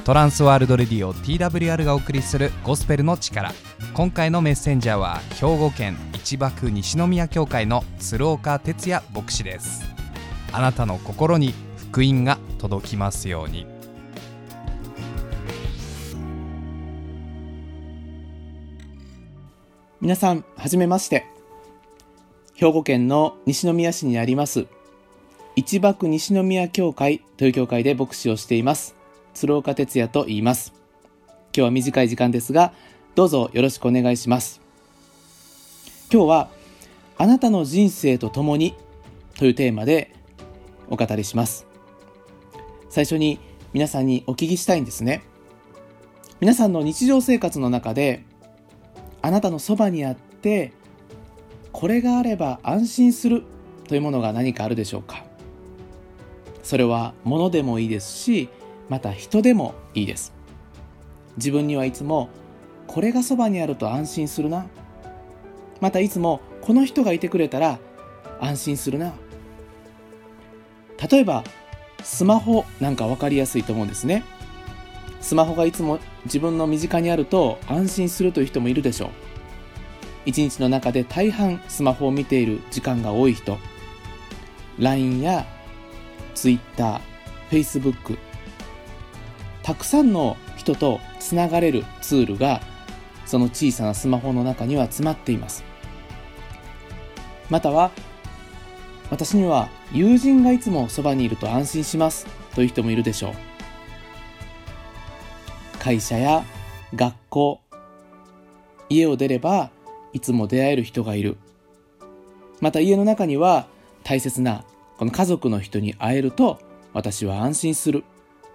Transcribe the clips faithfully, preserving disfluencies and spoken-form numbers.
トランスワールドレディオ ティーダブリューアール がお送りするゴスペルの力。今回のメッセンジャーは兵庫県市場区西宮教会の鶴岡哲也牧師です。あなたの心に福音が届きますように。 皆さんはじめまして。兵庫県の西宮市にあります市場区西宮教会という教会で牧師をしています鶴岡哲也と言います。今日は短い時間ですが、どうぞよろしくお願いします。今日はあなたの人生と共にというテーマでお語りします。最初に皆さんにお聞きしたいんですね。皆さんの日常生活の中であなたのそばにあってこれがあれば安心するというものが何かあるでしょうか。それは物でもいいですし、また人でもいいです。自分にはいつもこれがそばにあると安心するな、またいつもこの人がいてくれたら安心するな。例えばスマホなんか分かりやすいと思うんですね。スマホがいつも自分の身近にあると安心するという人もいるでしょう。一日の中で大半スマホを見ている時間が多い人、 ライン や Twitter、 Facebook、たくさんの人とつながれるツールがその小さなスマホの中には詰まっています。または私には友人がいつもそばにいると安心しますという人もいるでしょう。会社や学校、家を出ればいつも出会える人がいる。また家の中には大切なこの家族の人に会えると私は安心する。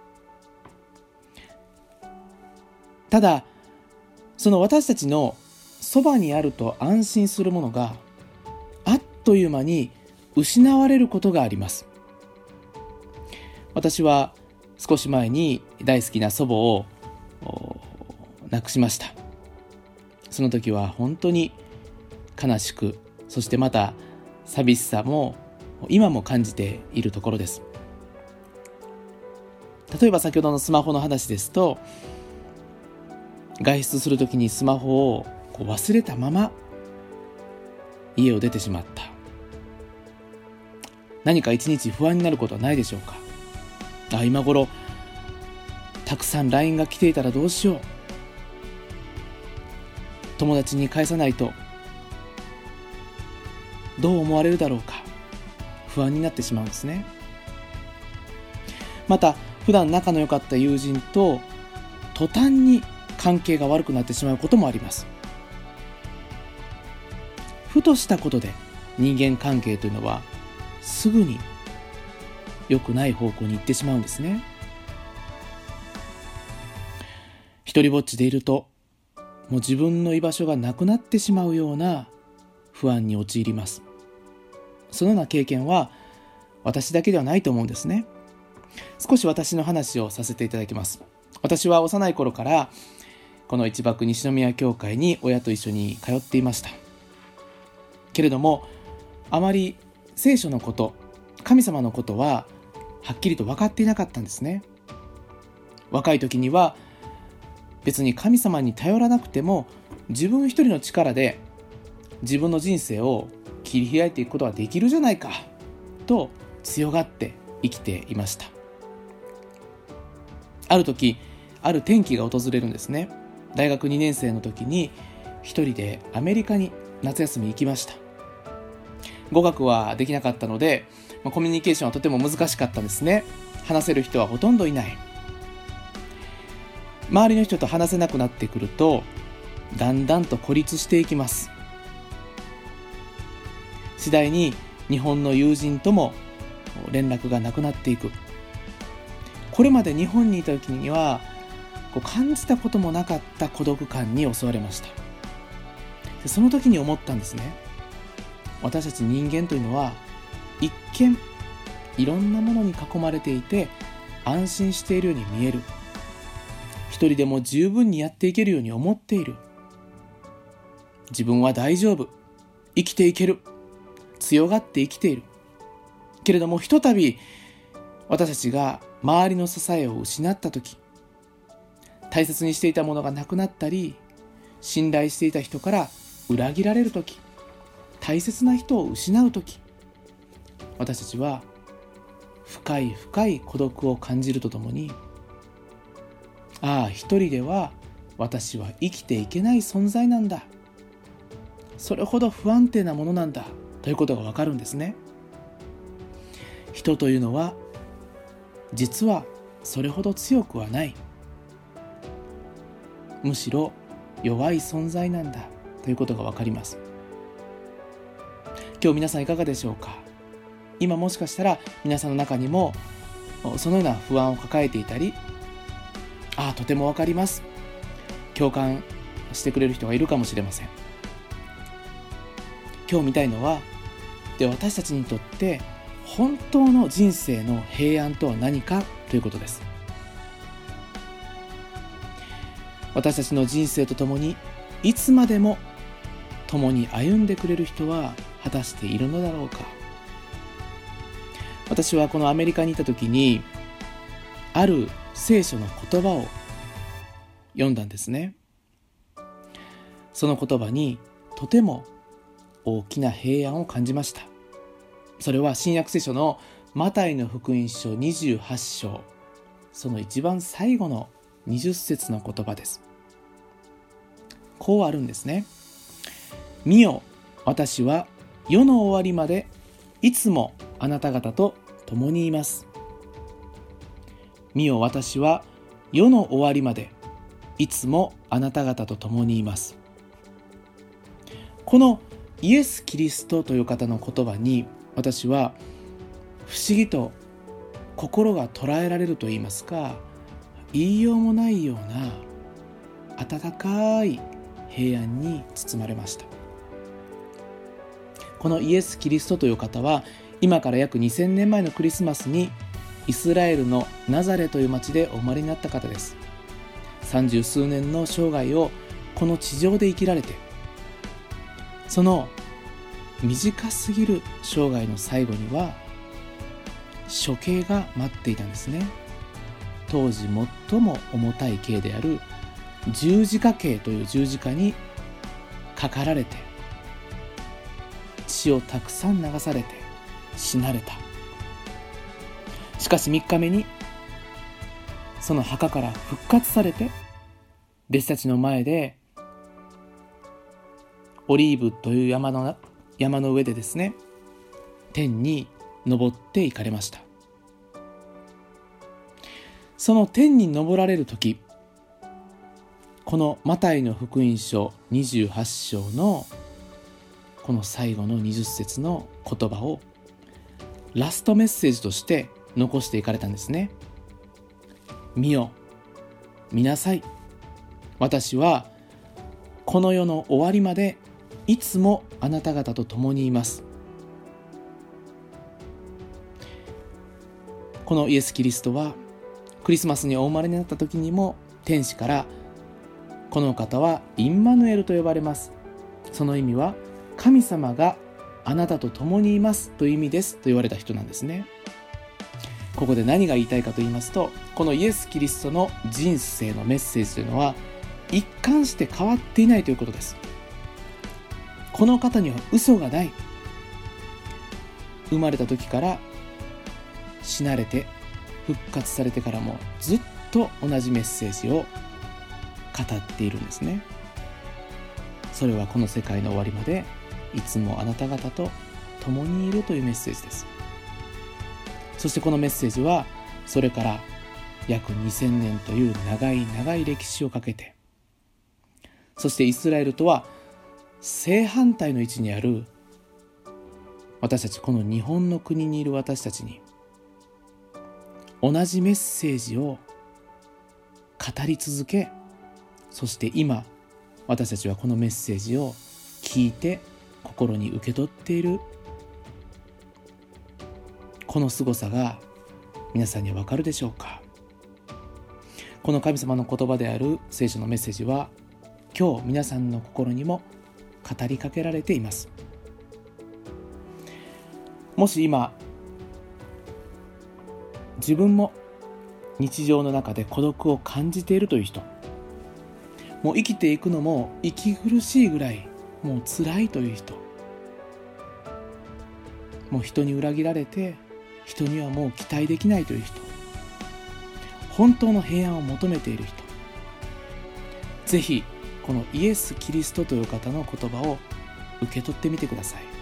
ただその私たちのそばにあると安心するものがあっという間に失われることがあります。私は少し前に大好きな祖母を亡くしました。その時は本当に悲しく、そしてまた寂しさも今も感じているところです。例えば先ほどのスマホの話ですと、外出するときにスマホをこう忘れたまま家を出てしまった。何か一日不安になることはないでしょうか。あ、今頃たくさん ライン が来ていたらどうしよう、友達に返さないとどう思われるだろうか、不安になってしまうんですね。また普段仲の良かった友人と途端に関係が悪くなってしまうこともあります。ふとしたことで人間関係というのはすぐに良くない方向に行ってしまうんですね。一人ぼっちでいるともう自分の居場所がなくなってしまうような不安に陥ります。そのような経験は私だけではないと思うんですね。少し私の話をさせていただきます。私は幼い頃からこの市場区西宮教会に親と一緒に通っていました。けれどもあまり聖書のこと、神様のことははっきりと分かっていなかったんですね。若い時には別に神様に頼らなくても自分一人の力で自分の人生を切り開いていくことができるじゃないかと強がって生きていました。ある時ある転機が訪れるんですね。大学にねん生の時に一人でアメリカに夏休み行きました。語学はできなかったのでコミュニケーションはとても難しかったんですね。話せる人はほとんどいない。周りの人と話せなくなってくるとだんだんと孤立していきます。次第に日本の友人とも連絡がなくなっていく。これまで日本にいた時にはこう感じたこともなかった孤独感に襲われました。でその時に思ったんですね。私たち人間というのは一見いろんなものに囲まれていて安心しているように見える。一人でも十分にやっていけるように思っている。自分は大丈夫、生きていける、強がって生きている。けれどもひとたび私たちが周りの支えを失ったとき、 大切にしていたものがなくなったり、信頼していた人から裏切られるとき、大切な人を失うとき、私たちは深い深い孤独を感じるとともに、ああ、一人では私は生きていけない存在なんだ、それほど不安定なものなんだということがわかるんですね。人というのは実はそれほど強くはない、むしろ弱い存在なんだということがわかります。今日皆さんいかがでしょうか。今もしかしたら皆さんの中にもそのような不安を抱えていたり、ああ、とてもわかります、共感してくれる人がいるかもしれません。今日見たいのは、で私たちにとって本当の人生の平安とは何かということです。私たちの人生とともにいつまでも共に歩んでくれる人は果たしているのだろうか。私はこのアメリカにいた時にある聖書の言葉を読んだんですね。その言葉にとても大きな平安を感じました。それは新約聖書のマタイの福音書にじゅうはち章、その一番最後のにじゅっ節の言葉です。こうあるんですね。見よ、私は世の終わりまでいつもあなた方と共にいます。見よ、私は世の終わりまでいつもあなた方と共にいます。このイエス・キリストという方の言葉に、私は不思議と心が捉えられると言いますか、言いようもないような温かい平安に包まれました。このイエス・キリストという方は、今から約にせんねんまえのクリスマスにイスラエルのナザレという町でお生まれになった方です。三十数年の生涯をこの地上で生きられて、その短すぎる生涯の最後には処刑が待っていたんですね。当時最も重たい刑である十字架刑という十字架にかかられて、血をたくさん流されて死なれた。しかしみっかめにその墓から復活されて、弟子たちの前でオリーブという山の山の上でですね、天に昇っていかれました。その天に昇られるとき、このマタイの福音書にじゅうはち章のこの最後のにじゅっ節の言葉をラストメッセージとして残していかれたんですね。見よ、見なさい、私はこの世の終わりまでいつもあなた方と共にいます。このイエス・キリストはクリスマスにお生まれになった時にも天使からこの方はインマヌエルと呼ばれます。その意味は神様があなたと共にいますという意味ですと言われた人なんですね。ここで何が言いたいかと言いますと、このイエス・キリストの人生のメッセージというのは一貫して変わっていないということです。この方には嘘がない。生まれた時から死なれて復活されてからもずっと同じメッセージを語っているんですね。それはこの世界の終わりまでいつもあなた方と共にいるというメッセージです。そしてこのメッセージはそれから約にせんねんという長い長い歴史をかけて、そしてイスラエルとは正反対の位置にある私たち、この日本の国にいる私たちに同じメッセージを語り続け、そして今私たちはこのメッセージを聞いて心に受け取っている、この凄さが皆さんには分かるでしょうか。この神様の言葉である聖書のメッセージは今日皆さんの心にも語りかけられています。もし今自分も日常の中で孤独を感じているという人、もう生きていくのも息苦しいぐらいもう辛いという人、もう人に裏切られて人にはもう期待できないという人、本当の平安を求めている人、ぜひこのイエス・キリストという方の言葉を受け取ってみてください。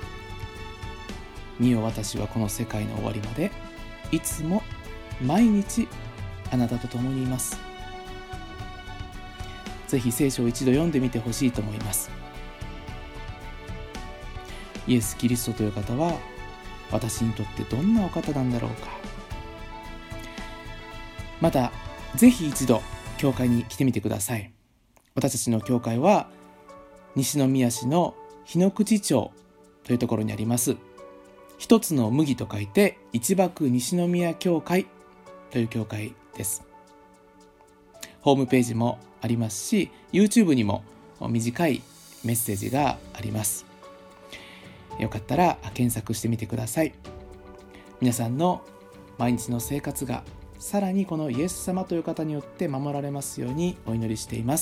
見よ、私はこの世界の終わりまでいつも毎日あなたと共にいます。ぜひ聖書を一度読んでみてほしいと思います。イエス・キリストという方は私にとってどんなお方なんだろうか。またぜひ一度教会に来てみてください。私たちの教会は西宮市の日野口町というところにあります。一つの麦と書いて一幕西宮教会という教会です。ホームページもありますし、 YouTube にも短いメッセージがあります。よかったら検索してみてください。皆さんの毎日の生活がさらにこのイエス様という方によって守られますようにお祈りしています。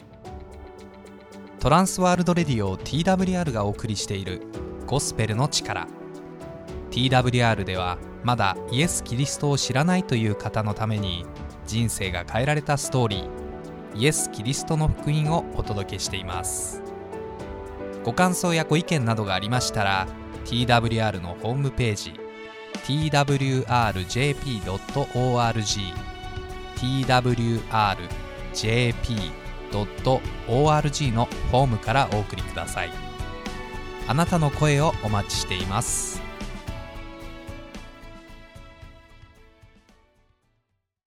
トランスワールドレディオ ティーダブリューアール がお送りしているゴスペルの力。 ティーダブリューアール ではまだイエス・キリストを知らないという方のために人生が変えられたストーリー、イエス・キリストの福音をお届けしています。ご感想やご意見などがありましたら ティーダブリューアール のホームページ ティーダブリューアールジェーピードットオーアールジー ティーダブリューアールジェーピードットオーアールジー のフォームからお送りください。あなたの声をお待ちしています。